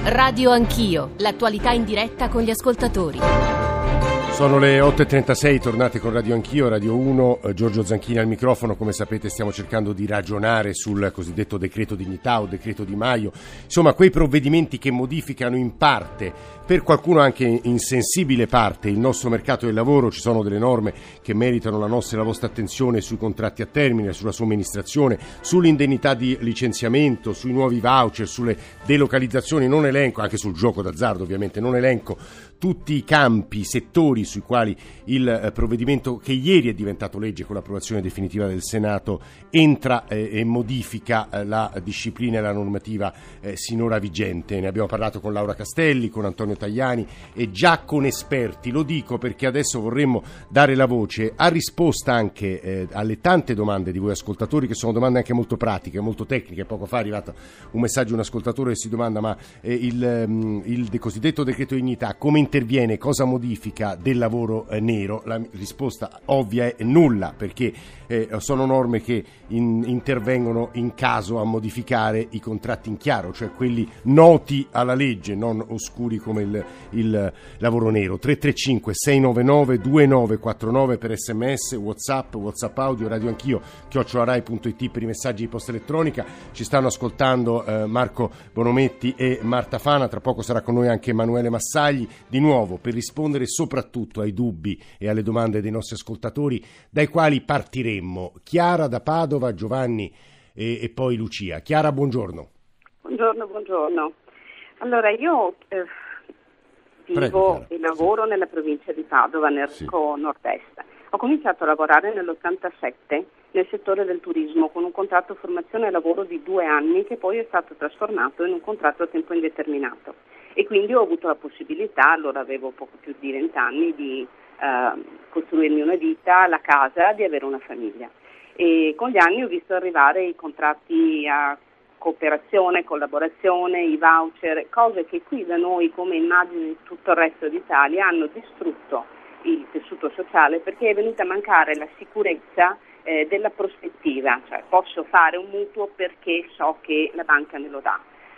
Radio Anch'io, l'attualità in diretta con gli ascoltatori. Sono le 8.36, tornate con Radio Anch'io, Radio 1, Giorgio Zanchini al microfono. Come sapete stiamo cercando di ragionare sul cosiddetto decreto dignità o decreto Di Maio, insomma quei provvedimenti che modificano in parte, per qualcuno anche in sensibile parte, il nostro mercato del lavoro. Ci sono delle norme che meritano la nostra e la vostra attenzione sui contratti a termine, sulla somministrazione, sull'indennità di licenziamento, sui nuovi voucher, sulle delocalizzazioni. Non elenco, anche sul gioco d'azzardo ovviamente, non elenco tutti i campi, i settori sui quali il provvedimento, che ieri è diventato legge con l'approvazione definitiva del Senato, entra e modifica la disciplina e la normativa sinora vigente. Ne abbiamo parlato con Laura Castelli, con Antonio Tajani e già con esperti. Lo dico perché adesso vorremmo dare la voce a risposta anche alle tante domande di voi ascoltatori, che sono domande anche molto pratiche, molto tecniche. Poco fa è arrivato un messaggio di un ascoltatore che si domanda: ma il cosiddetto decreto dignità come interviene, cosa modifica del lavoro nero? La risposta ovvia è nulla, perché sono norme che intervengono in caso a modificare i contratti in chiaro, cioè quelli noti alla legge, non oscuri come il lavoro nero. 335 699 2949 per sms, whatsapp audio, Radio Anch'io @rai.it per i messaggi di posta elettronica. Ci stanno ascoltando Marco Bonometti e Marta Fana, tra poco sarà con noi anche Emanuele Massagli, di nuovo per rispondere soprattutto ai dubbi e alle domande dei nostri ascoltatori, dai quali partiremmo. Chiara da Padova, Giovanni e poi Lucia. Chiara, buongiorno. Buongiorno. Allora, io vivo e lavoro nella provincia di Padova, nel nord-est. Ho cominciato a lavorare nell'87 nel settore del turismo con un contratto formazione e lavoro di 2 anni che poi è stato trasformato in un contratto a tempo indeterminato. E quindi ho avuto la possibilità, allora avevo poco più di 20 anni, di costruirmi una vita, la casa, di avere una famiglia. E con gli anni ho visto arrivare i contratti a cooperazione, collaborazione, i voucher, cose che qui da noi, come immagino in tutto il resto d'Italia, hanno distrutto il tessuto sociale, perché è venuta a mancare la sicurezza della prospettiva, cioè posso fare un mutuo perché so che la banca me lo dà.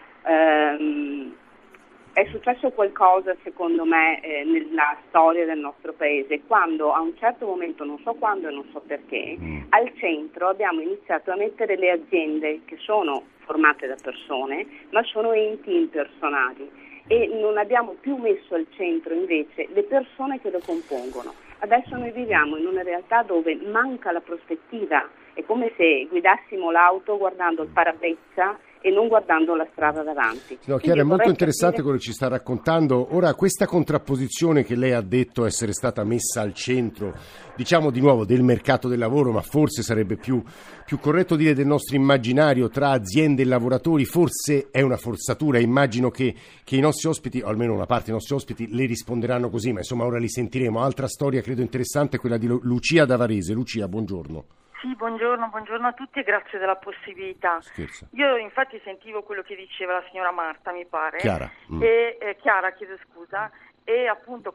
È successo qualcosa, secondo me, nella storia del nostro paese, quando a un certo momento, non so quando e non so perché, al centro abbiamo iniziato a mettere le aziende che sono formate da persone, ma sono enti impersonali, e non abbiamo più messo al centro invece le persone che lo compongono. Adesso noi viviamo in una realtà dove manca la prospettiva, è come se guidassimo l'auto guardando il parabrezza e non guardando la strada davanti. No, Chiara, è molto interessante quello che ci sta raccontando. Ora, questa contrapposizione che lei ha detto essere stata messa al centro, diciamo di nuovo, del mercato del lavoro, ma forse sarebbe più corretto dire del nostro immaginario tra aziende e lavoratori, forse è una forzatura. Immagino che i nostri ospiti, o almeno una parte dei nostri ospiti, le risponderanno così, ma insomma ora li sentiremo. Altra storia credo interessante è quella di Lucia da Varese. Lucia, buongiorno. Sì, buongiorno a tutti e grazie della possibilità. Scherzo. Io infatti sentivo quello che diceva la signora Marta, mi pare, Chiara. Chiara, chiedo scusa, e appunto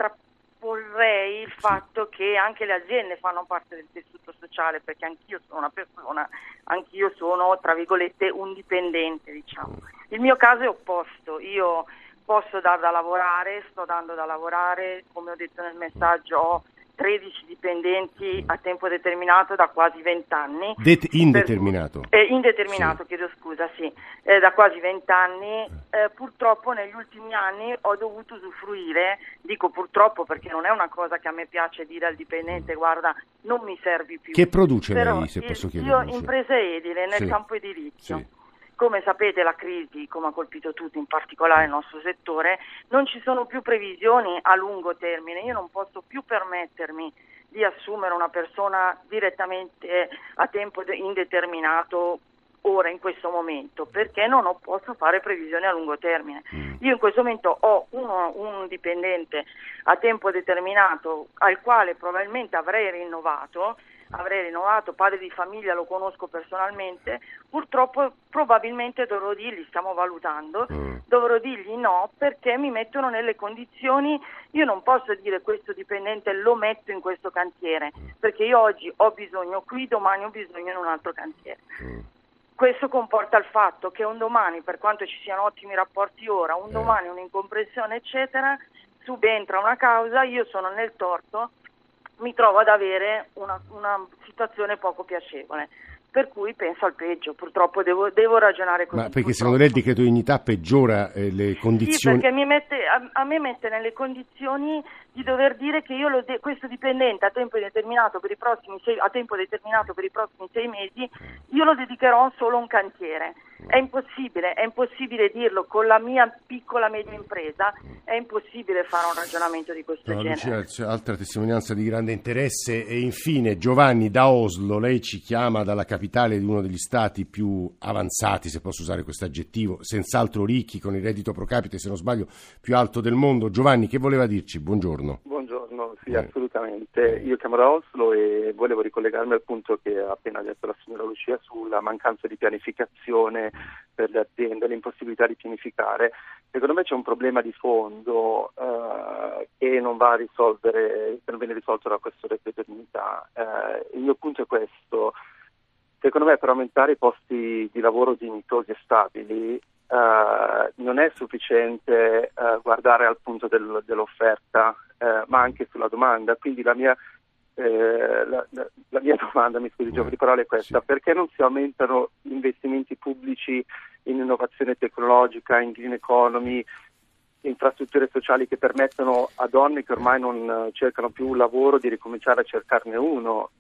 contrapporrei il fatto che anche le aziende fanno parte del tessuto sociale, perché anch'io sono una persona, anch'io sono tra virgolette un dipendente, diciamo. Il mio caso è opposto, io posso dar da lavorare, sto dando da lavorare, come ho detto nel messaggio ho 13 dipendenti a tempo determinato da quasi 20 anni. Indeterminato? Indeterminato, sì. Chiedo scusa, sì. Da quasi 20 anni. Purtroppo negli ultimi anni ho dovuto usufruire, dico purtroppo perché non è una cosa che a me piace dire al dipendente, guarda, non mi servi più. Che produce però lei, se posso chiedere? Io impresa edile nel campo edilizio. Sì. Come sapete la crisi, come ha colpito tutti, in particolare il nostro settore, non ci sono più previsioni a lungo termine. Io non posso più permettermi di assumere una persona direttamente a tempo indeterminato ora in questo momento, perché non posso fare previsioni a lungo termine. Io in questo momento ho un dipendente a tempo determinato al quale probabilmente avrei rinnovato, padre di famiglia, lo conosco personalmente, purtroppo probabilmente dovrò dirgli, stiamo valutando, dovrò dirgli no, perché mi mettono nelle condizioni, io non posso dire questo dipendente lo metto in questo cantiere, perché io oggi ho bisogno qui, domani ho bisogno in un altro cantiere. questo comporta il fatto che un domani, per quanto ci siano ottimi rapporti ora, un domani un'incomprensione eccetera, subentra una causa, io sono nel torto, mi trovo ad avere una situazione poco piacevole. Per cui penso al peggio, purtroppo devo ragionare così. Ma perché secondo lei il decreto dignità peggiora le condizioni? Sì, perché a me mette nelle condizioni di dover dire che io questo dipendente a tempo determinato per i prossimi 6 mesi, io lo dedicherò solo a un cantiere. È impossibile dirlo con la mia piccola media impresa, è impossibile fare un ragionamento di questo genere. C'è altra testimonianza di grande interesse. E infine Giovanni da Oslo, lei ci chiama dalla capitale di uno degli stati più avanzati, se posso usare questo aggettivo, senz'altro ricchi, con il reddito pro capite, se non sbaglio, più alto del mondo. Giovanni, che voleva dirci? Buongiorno. Buongiorno, sì, assolutamente. Io chiamo da Oslo e volevo ricollegarmi al punto che ha appena detto la signora Lucia sulla mancanza di pianificazione per le aziende, l'impossibilità di pianificare. Secondo me c'è un problema di fondo che non viene risolto da questo decreto dignità. Il mio punto è questo: secondo me per aumentare i posti di lavoro dignitosi e stabili non è sufficiente guardare al punto dell'offerta, ma anche sulla domanda. Quindi la mia domanda, mi scusi gioco di parole, è questa: perché non si aumentano gli investimenti pubblici in innovazione tecnologica, in green economy, infrastrutture sociali che permettono a donne che ormai non cercano più un lavoro di ricominciare a cercarne uno?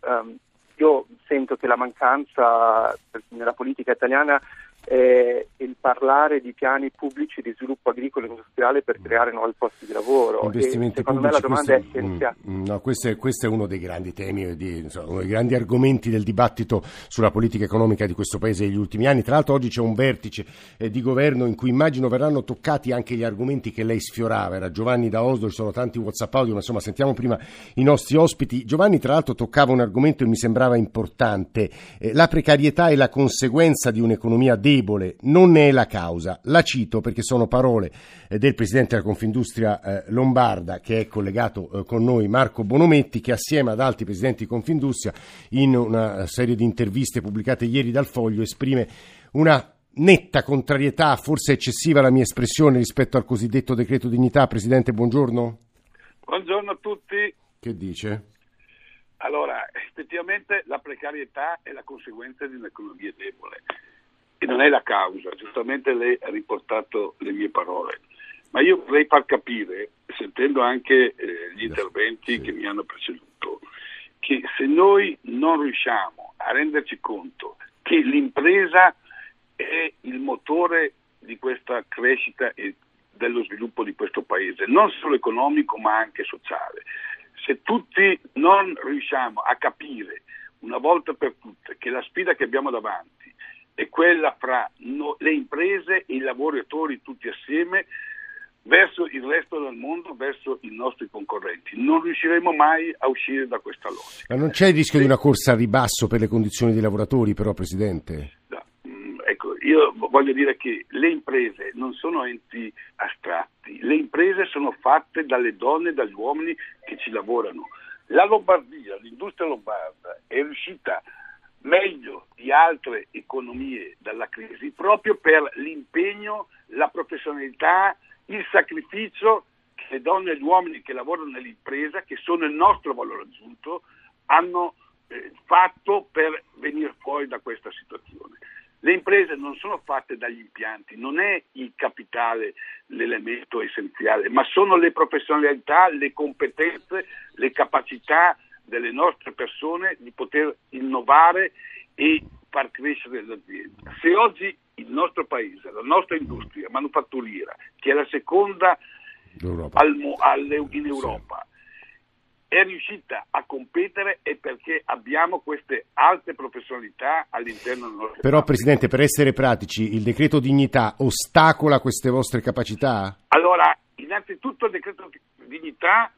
Io sento che la mancanza nella politica italiana è il parlare di piani pubblici di sviluppo agricolo e industriale per creare nuovi posti di lavoro. Investimenti secondo pubblici, me la domanda è essenziale. No, questo è uno dei grandi temi, uno dei grandi argomenti del dibattito sulla politica economica di questo Paese negli ultimi anni. Tra l'altro oggi c'è un vertice di governo in cui immagino verranno toccati anche gli argomenti che lei sfiorava. Era Giovanni da Oslo, ci sono tanti WhatsApp audio, ma insomma sentiamo prima i nostri ospiti. Giovanni tra l'altro toccava un argomento che mi sembrava importante: la precarietà è la conseguenza di un'economia debole, non ne è la causa. La cito perché sono parole del presidente della Confindustria lombarda, che è collegato con noi, Marco Bonometti, che assieme ad altri presidenti di Confindustria in una serie di interviste pubblicate ieri dal Foglio esprime una netta contrarietà, forse eccessiva la mia espressione, rispetto al cosiddetto decreto dignità. Presidente, buongiorno. Buongiorno a tutti. Che dice? Allora, effettivamente la precarietà è la conseguenza di un'economia debole e non è la causa. Giustamente lei ha riportato le mie parole, ma io vorrei far capire, sentendo anche gli interventi che mi hanno preceduto, che se noi non riusciamo a renderci conto che l'impresa è il motore di questa crescita e dello sviluppo di questo paese, non solo economico ma anche sociale, se tutti non riusciamo a capire una volta per tutte che la sfida che abbiamo davanti è quella fra le imprese e i lavoratori tutti assieme verso il resto del mondo, verso i nostri concorrenti, non riusciremo mai a uscire da questa logica. Ma non c'è il rischio di una corsa al ribasso per le condizioni dei lavoratori, però, Presidente? No, ecco, io voglio dire che le imprese non sono enti astratti, le imprese sono fatte dalle donne e dagli uomini che ci lavorano. La Lombardia, l'industria lombarda è riuscita meglio di altre economie dalla crisi proprio per l'impegno, la professionalità, il sacrificio che le donne e gli uomini che lavorano nell'impresa, che sono il nostro valore aggiunto, hanno fatto per venire fuori da questa situazione. Le imprese non sono fatte dagli impianti, non è il capitale l'elemento essenziale, ma sono le professionalità, le competenze, le capacità delle nostre persone di poter innovare e far crescere l'azienda. Se oggi il nostro paese, la nostra industria manufatturiera, che è la seconda in Europa, è riuscita a competere è perché abbiamo queste alte professionalità all'interno del nostro Però, Presidente, per essere pratici, il decreto dignità ostacola queste vostre capacità? Allora, innanzitutto il decreto dignità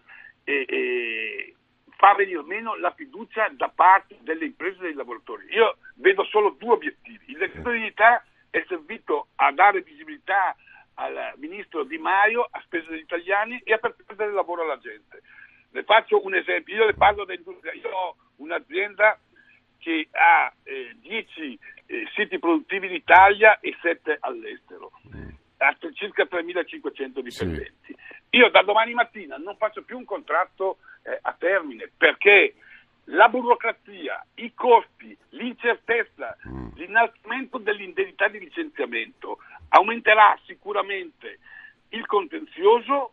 fa venire meno la fiducia da parte delle imprese e dei lavoratori. Io vedo solo due obiettivi. Il decreto dignità è servito a dare visibilità al ministro Di Maio a spese degli italiani e a per perdere il lavoro alla gente. Le faccio un esempio, io le parlo dell'industria, io ho un'azienda che ha 10 siti produttivi in Italia e 7 all'estero, a circa 3.500 dipendenti. Io da domani mattina non faccio più un contratto a termine, perché la burocrazia, i costi, l'incertezza, l'innalzamento dell'indennità di licenziamento aumenterà sicuramente il contenzioso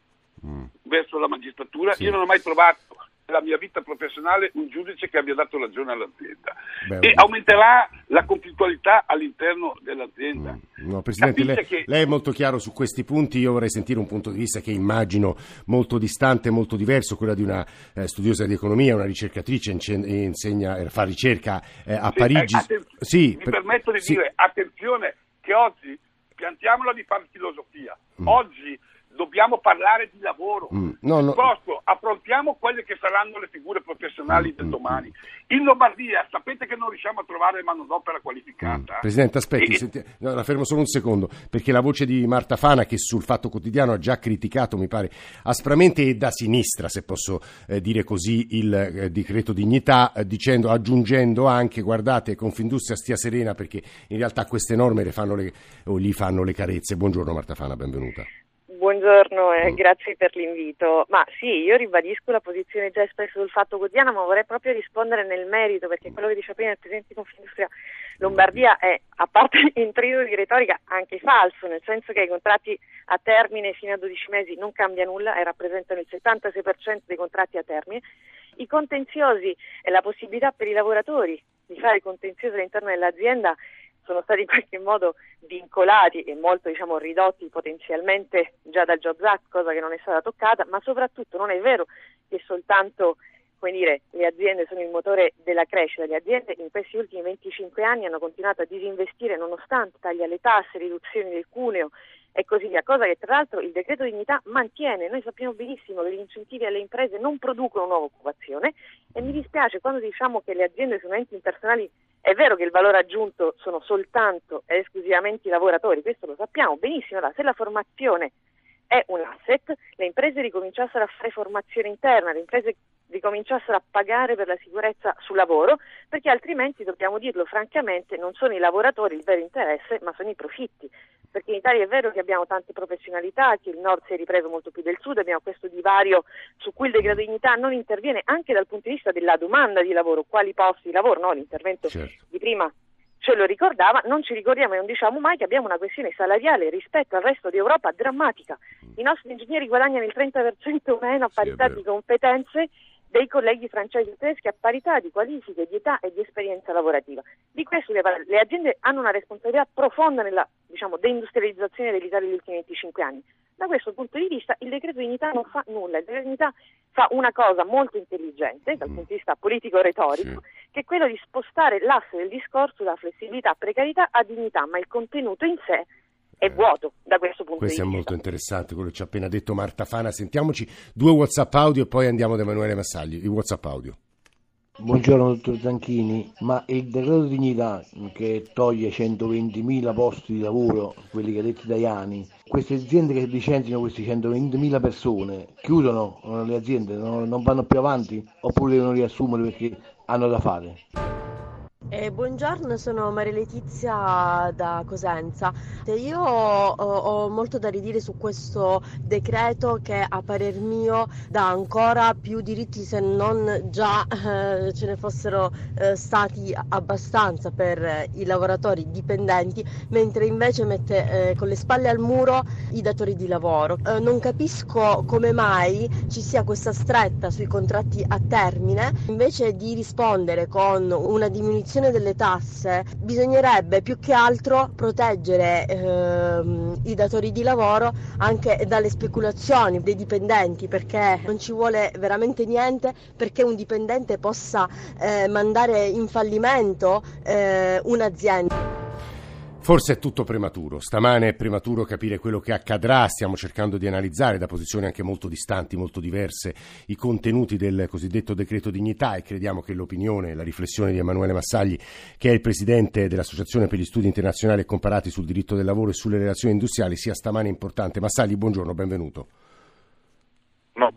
verso la magistratura. Io non ho mai trovato nella mia vita professionale un giudice che abbia dato ragione all'azienda. E aumenterà la conflittualità all'interno dell'azienda. No, Presidente, lei è molto chiaro su questi punti. Io vorrei sentire un punto di vista che immagino molto distante, molto diverso, quello di una studiosa di economia, una ricercatrice, fa ricerca a Parigi. Mi permetto di dire, attenzione, che oggi piantiamola di fare filosofia. Oggi dobbiamo parlare di lavoro, piuttosto affrontiamo quelle che saranno le figure professionali del domani. In Lombardia sapete che non riusciamo a trovare manodopera qualificata. Presidente, aspetti, la fermo solo un secondo, perché la voce di Marta Fana, che sul Fatto Quotidiano ha già criticato, mi pare, aspramente e da sinistra, se posso dire così, il decreto dignità, aggiungendo anche, guardate, Confindustria stia serena, perché in realtà queste norme gli fanno le carezze. Buongiorno Marta Fana, benvenuta. Buongiorno e grazie per l'invito. Ma sì, io ribadisco la posizione già espressa sul Fatto Quotidiano, ma vorrei proprio rispondere nel merito, perché quello che diceva prima il Presidente di Confindustria Lombardia è, a parte intriso di retorica, anche falso, nel senso che i contratti a termine fino a 12 mesi non cambia nulla e rappresentano il 76% dei contratti a termine. I contenziosi e la possibilità per i lavoratori di fare contenzioso all'interno dell'azienda sono stati in qualche modo vincolati e molto ridotti potenzialmente già dal Jobs Act, cosa che non è stata toccata, ma soprattutto non è vero che soltanto le aziende sono il motore della crescita. Le aziende in questi ultimi 25 anni hanno continuato a disinvestire nonostante tagli alle tasse, riduzioni del cuneo e così via, cosa che tra l'altro il decreto dignità mantiene. Noi sappiamo benissimo che gli incentivi alle imprese non producono nuova occupazione e mi dispiace quando diciamo che le aziende sono enti impersonali. È vero che il valore aggiunto sono soltanto ed esclusivamente i lavoratori, questo lo sappiamo benissimo. Se la formazione è un asset, le imprese ricominciassero a fare formazione interna, le imprese ricominciassero a pagare per la sicurezza sul lavoro, perché altrimenti, dobbiamo dirlo francamente, non sono i lavoratori il vero interesse, ma sono i profitti. Perché in Italia è vero che abbiamo tante professionalità, che il nord si è ripreso molto più del sud, abbiamo questo divario su cui il decreto dignità non interviene anche dal punto di vista della domanda di lavoro, quali posti di lavoro, no? L'intervento di prima ce lo ricordava. Non ci ricordiamo e non diciamo mai che abbiamo una questione salariale rispetto al resto d'Europa drammatica. I nostri ingegneri guadagnano il 30% meno a parità di competenze dei colleghi francesi e tedeschi, a parità di qualifiche, di età e di esperienza lavorativa. Di questo le aziende hanno una responsabilità profonda nella deindustrializzazione dell'Italia negli ultimi 25 anni. Da questo punto di vista il decreto dignità non fa nulla, il decreto dignità fa una cosa molto intelligente dal punto di vista politico-retorico, che è quello di spostare l'asse del discorso da flessibilità a precarietà a dignità, ma il contenuto in sé è vuoto da questo punto di vista. Questo è molto interessante quello che ci ha appena detto Marta Fana. Sentiamoci 2 WhatsApp audio e poi andiamo da Emanuele Massagli. I WhatsApp audio. Buongiorno dottor Zanchini, ma il decreto dignità che toglie 120.000 posti di lavoro, quelli che ha detto Tajani, queste aziende che licenziano queste 120.000 persone chiudono le aziende, non vanno più avanti oppure devono riassumere perché hanno da fare? Buongiorno, sono Maria Letizia da Cosenza. Io ho molto da ridire su questo decreto che a parer mio dà ancora più diritti, se non già ce ne fossero stati abbastanza per i lavoratori dipendenti, mentre invece mette con le spalle al muro i datori di lavoro. Non capisco come mai ci sia questa stretta sui contratti a termine. Invece di rispondere con una diminuzione delle tasse, bisognerebbe più che altro proteggere i datori di lavoro anche dalle speculazioni dei dipendenti, perché non ci vuole veramente niente perché un dipendente possa mandare in fallimento un'azienda. Forse è tutto prematuro, stamane è prematuro capire quello che accadrà, stiamo cercando di analizzare da posizioni anche molto distanti, molto diverse, i contenuti del cosiddetto decreto dignità e crediamo che l'opinione, la riflessione di Emanuele Massagli, che è il presidente dell'Associazione per gli Studi Internazionali e Comparati sul diritto del lavoro e sulle relazioni industriali, sia stamane importante. Massagli, buongiorno, benvenuto. No.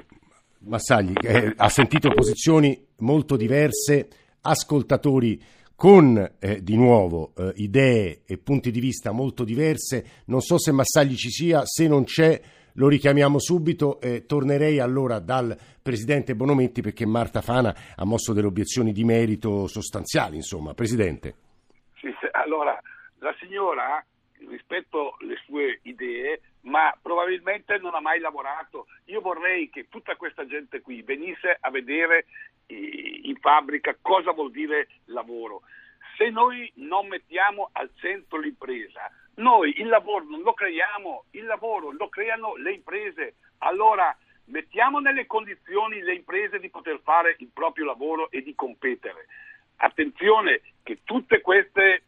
Massagli ha sentito posizioni molto diverse, ascoltatori con di nuovo idee e punti di vista molto diverse. Non so se Massagli ci sia, se non c'è lo richiamiamo subito. Tornerei allora dal Presidente Bonometti, perché Marta Fana ha mosso delle obiezioni di merito sostanziali. Insomma, Presidente. Sì, allora, la signora, rispetto alle sue idee, ma probabilmente non ha mai lavorato. Io vorrei che tutta questa gente qui venisse a vedere in fabbrica cosa vuol dire lavoro. Se noi non mettiamo al centro l'impresa, noi il lavoro non lo creiamo, il lavoro lo creano le imprese. Allora mettiamo nelle condizioni le imprese di poter fare il proprio lavoro e di competere. Attenzione che tutte queste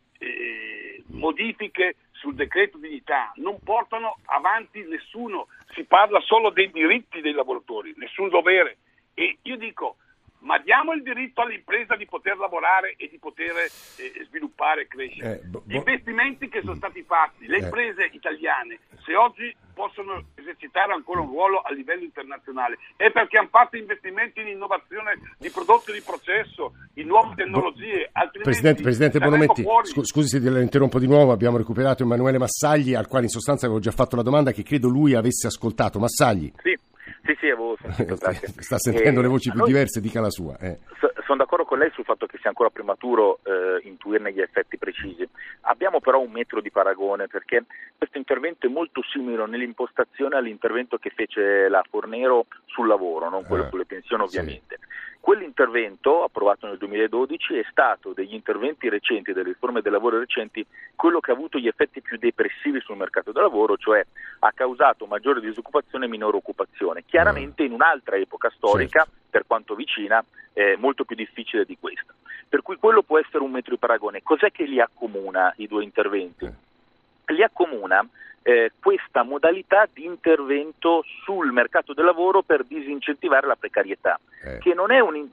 modifiche sul decreto dignità non portano avanti nessuno, si parla solo dei diritti dei lavoratori, nessun dovere. E io dico, ma diamo il diritto all'impresa di poter lavorare e di poter sviluppare e crescere. Gli investimenti che sono stati fatti, le imprese italiane, se oggi possono esercitare ancora un ruolo a livello internazionale, è perché hanno fatto investimenti in innovazione di prodotti di processo, in nuove tecnologie. Presidente Bonometti, scusi se la interrompo di nuovo, abbiamo recuperato Emanuele Massagli, al quale in sostanza avevo già fatto la domanda che credo lui avesse ascoltato. Massagli. Sì, avevo sentito, grazie. Sta sentendo le voci più diverse, dica la sua. Sono d'accordo con lei sul fatto che sia ancora prematuro intuirne gli effetti precisi. Abbiamo però un metro di paragone, perché questo intervento è molto simile nell'impostazione all'intervento che fece la Fornero sul lavoro, non quello sulle pensioni ovviamente. Sì. Quell'intervento, approvato nel 2012, è stato degli interventi recenti, delle riforme del lavoro recenti, quello che ha avuto gli effetti più depressivi sul mercato del lavoro, cioè ha causato maggiore disoccupazione e minore occupazione. Chiaramente in un'altra epoca storica, per quanto vicina, molto più difficile di questa. Per cui quello può essere un metro di paragone. Cos'è che li accomuna i due interventi? Li accomuna questa modalità di intervento sul mercato del lavoro per disincentivare la precarietà, che non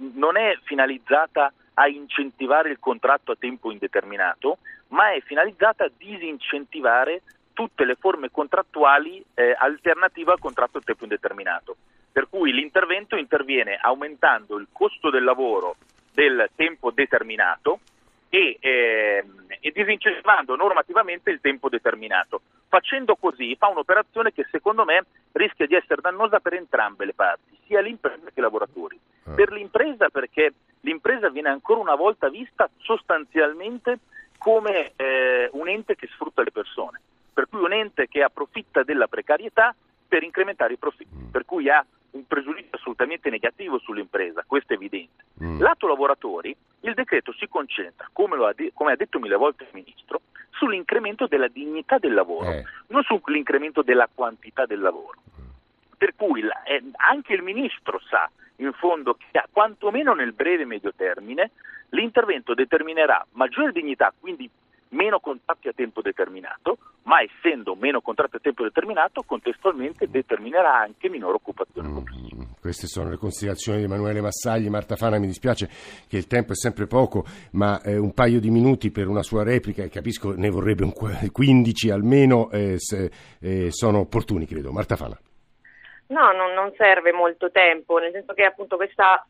è finalizzata a incentivare il contratto a tempo indeterminato, ma è finalizzata a disincentivare tutte le forme contrattuali alternative al contratto a tempo indeterminato. Per cui l'intervento interviene aumentando il costo del lavoro del tempo determinato e disincentivando normativamente il tempo determinato. Facendo così fa un'operazione che secondo me rischia di essere dannosa per entrambe le parti, sia l'impresa che i lavoratori. Per l'impresa, perché l'impresa viene ancora una volta vista sostanzialmente come un ente che sfrutta le persone, per cui un ente che approfitta della precarietà per incrementare i profitti, per cui ha un pregiudizio assolutamente negativo sull'impresa, questo è evidente. Lato lavoratori, il decreto si concentra, come ha detto mille volte il Ministro, sull'incremento della dignità del lavoro, non sull'incremento della quantità del lavoro. Per cui anche il Ministro sa, in fondo, che quantomeno nel breve e medio termine l'intervento determinerà maggiore dignità, quindi meno contratti a tempo determinato, ma essendo meno contratti a tempo determinato, contestualmente determinerà anche minore occupazione. Queste sono le considerazioni di Emanuele Massagli. Marta Fana, mi dispiace che il tempo è sempre poco, ma un paio di minuti per una sua replica, e capisco ne vorrebbe 15 almeno, sono opportuni, credo. Marta Fana. No, non serve molto tempo, nel senso che appunto questa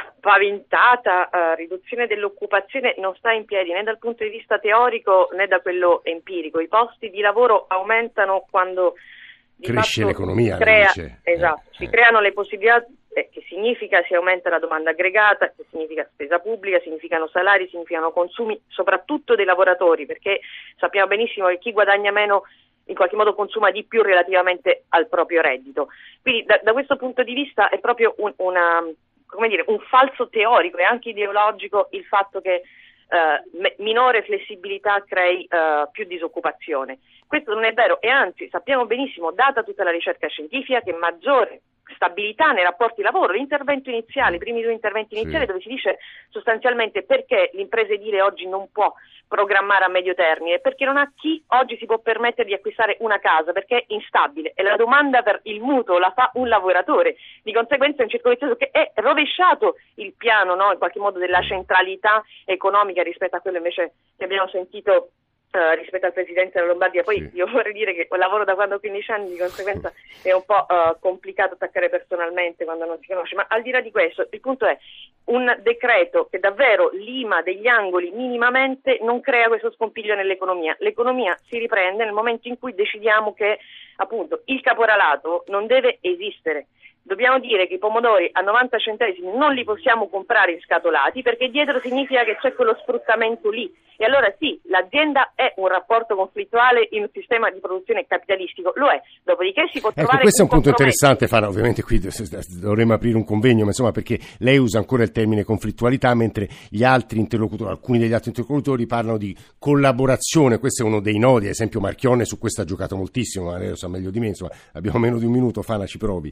paventata riduzione dell'occupazione non sta in piedi né dal punto di vista teorico né da quello empirico. I posti di lavoro aumentano quando cresce l'economia, si creano le possibilità, che significa si aumenta la domanda aggregata, che significa spesa pubblica, significano salari, significano consumi, soprattutto dei lavoratori, perché sappiamo benissimo che chi guadagna meno in qualche modo consuma di più relativamente al proprio reddito. Quindi da questo punto di vista è proprio un falso teorico e anche ideologico il fatto che minore flessibilità crei più disoccupazione. Questo non è vero, e anzi sappiamo benissimo, data tutta la ricerca scientifica, che maggiore stabilità nei rapporti di lavoro, l'intervento iniziale, i primi due interventi iniziali, dove si dice sostanzialmente perché l'impresa edile oggi non può programmare a medio termine, perché non ha chi oggi si può permettere di acquistare una casa, perché è instabile e la domanda per il mutuo la fa un lavoratore, di conseguenza è un circolo vizioso che è rovesciato il piano, no, in qualche modo della centralità economica rispetto a quello invece che abbiamo sentito rispetto al Presidente della Lombardia. Poi io vorrei dire che lavoro da quando ho 15 anni, di conseguenza è un po' complicato attaccare personalmente quando non si conosce, ma al di là di questo il punto è un decreto che davvero lima degli angoli minimamente non crea questo scompiglio nell'economia. L'economia si riprende nel momento in cui decidiamo che appunto il caporalato non deve esistere. Dobbiamo dire che i pomodori a 90 centesimi non li possiamo comprare inscatolati, perché dietro significa che c'è quello sfruttamento lì. E allora sì, l'azienda è un rapporto conflittuale in un sistema di produzione capitalistico, lo è. Dopodiché si può trovare questo è un punto compromesso. interessante, Fana. Ovviamente qui dovremmo aprire un convegno, ma insomma, perché lei usa ancora il termine conflittualità, mentre gli altri interlocutori, alcuni degli altri interlocutori parlano di collaborazione. Questo è uno dei nodi, ad esempio Marchionne su questo ha giocato moltissimo, ma lei lo sa meglio di me, insomma, abbiamo meno di un minuto, Fana, ci provi.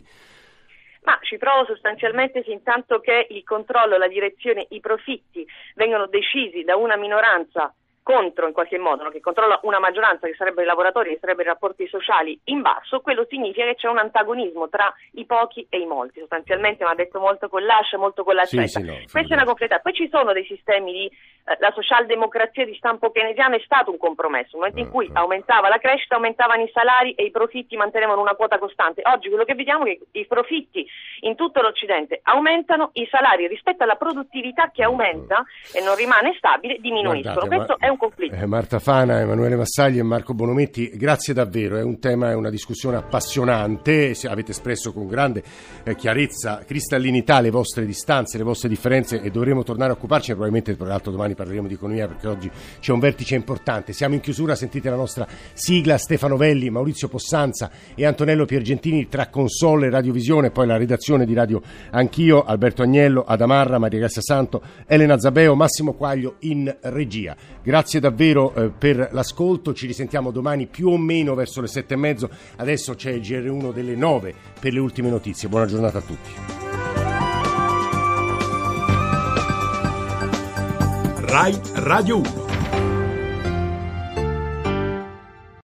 Ma ci provo sostanzialmente fin tanto che il controllo, la direzione, i profitti vengono decisi da una minoranza contro in qualche modo, no? Che controlla una maggioranza che sarebbero i lavoratori, che sarebbero i rapporti sociali in basso, quello significa che c'è un antagonismo tra i pochi e i molti, sostanzialmente mi ha detto molto con l'ascia, molto con l'accetta. Questa è una concretezza. Poi ci sono dei sistemi di la socialdemocrazia di stampo keynesiano è stato un compromesso, nel momento in cui aumentava la crescita, aumentavano i salari e i profitti mantenevano una quota costante. Oggi quello che vediamo è che i profitti in tutto l'Occidente aumentano, i salari rispetto alla produttività che aumenta e non rimane stabile diminuiscono. Questo è un conflitto. Marta Fana, Emanuele Massagli e Marco Bonometti, grazie davvero, è un tema, è una discussione appassionante, avete espresso con grande chiarezza, cristallinità le vostre distanze, le vostre differenze e dovremo tornare a occuparci, probabilmente tra l'altro domani parleremo di economia perché oggi c'è un vertice importante. Siamo in chiusura, sentite la nostra sigla, Stefano Velli, Maurizio Possanza e Antonello Piergentini tra console e radiovisione, poi la redazione di Radio Anch'io, Alberto Agnello, Adamarra, Maria Grazia Santo, Elena Zabeo, Massimo Quaglio in regia. Grazie davvero per l'ascolto, ci risentiamo domani più o meno verso le 7:30, adesso c'è il GR1 delle 9 per le ultime notizie. Buona giornata a tutti. Rai Radio 1.